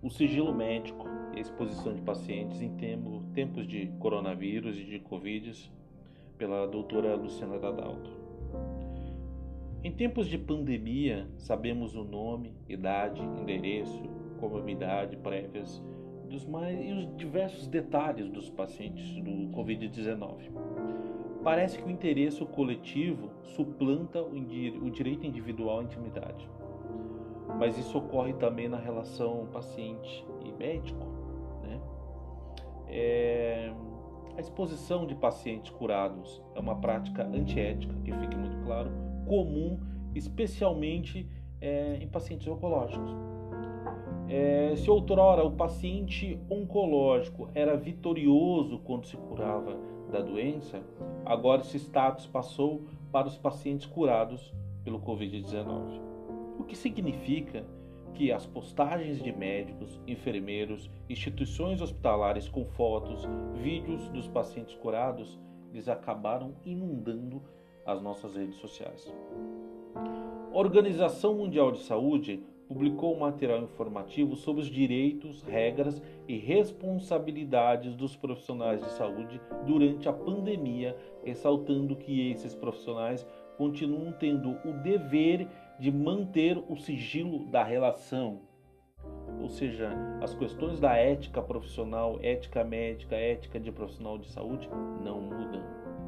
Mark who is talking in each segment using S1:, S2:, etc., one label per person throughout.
S1: o sigilo médico e a exposição de pacientes em tempos de coronavírus e de Covid, pela doutora Luciana Dadalto. Em tempos de pandemia, sabemos o nome, idade, endereço, comorbidade prévias e os diversos detalhes dos pacientes do Covid-19. Parece que o interesse coletivo suplanta o direito individual à intimidade. Mas isso ocorre também na relação paciente e médico, né? A exposição de pacientes curados é uma prática antiética, que fique muito claro, comum, especialmente em pacientes oncológicos. Se outrora o paciente oncológico era vitorioso quando se curava da doença, agora esse status passou para os pacientes curados pelo Covid-19. O que significa que as postagens de médicos, enfermeiros, instituições hospitalares com fotos, vídeos dos pacientes curados, eles acabaram inundando as nossas redes sociais. A Organização Mundial de Saúde publicou um material informativo sobre os direitos, regras e responsabilidades dos profissionais de saúde durante a pandemia, ressaltando que esses profissionais continuam tendo o dever de manter o sigilo da relação, ou seja, as questões da ética profissional, ética médica, ética de profissional de saúde não mudam.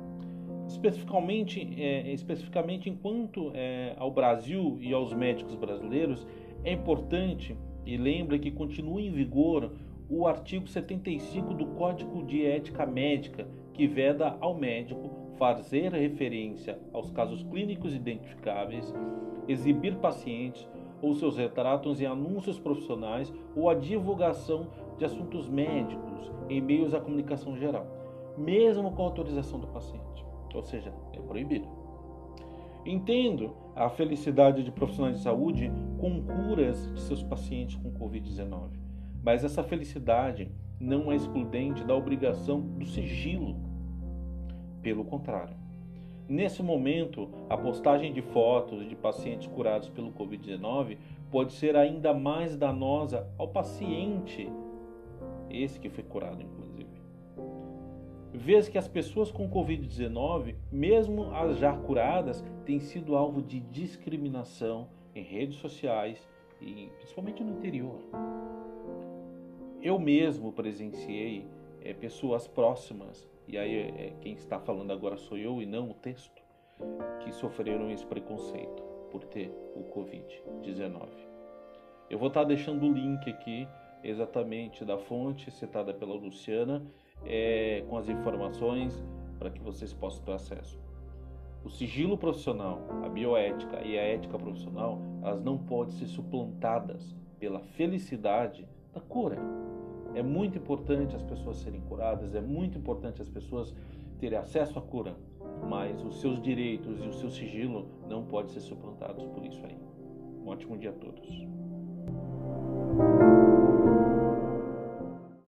S1: Especificamente enquanto ao Brasil e aos médicos brasileiros, é importante e lembra que continua em vigor o artigo 75 do Código de Ética Médica, que veda ao médico fazer referência aos casos clínicos identificáveis, exibir pacientes ou seus retratos em anúncios profissionais ou a divulgação de assuntos médicos em meios à comunicação geral, mesmo com autorização do paciente, ou seja, é proibido. Entendo a felicidade de profissionais de saúde com curas de seus pacientes com Covid-19, mas essa felicidade não é excludente da obrigação do sigilo. Pelo contrário, nesse momento, a postagem de fotos de pacientes curados pelo Covid-19 pode ser ainda mais danosa ao paciente, esse que foi curado, inclusive. Vês que as pessoas com Covid-19, mesmo as já curadas, têm sido alvo de discriminação em redes sociais e principalmente no interior. Eu mesmo presenciei pessoas próximas, e aí quem está falando agora sou eu e não o texto, que sofreram esse preconceito por ter o Covid-19. Eu vou estar deixando o link aqui exatamente da fonte citada pela Luciana, com as informações para que vocês possam ter acesso. O sigilo profissional, a bioética e a ética profissional, elas não podem ser suplantadas pela felicidade da cura. É muito importante as pessoas serem curadas, é muito importante as pessoas terem acesso à cura, mas os seus direitos e o seu sigilo não podem ser suplantados por isso aí. Um ótimo dia a todos.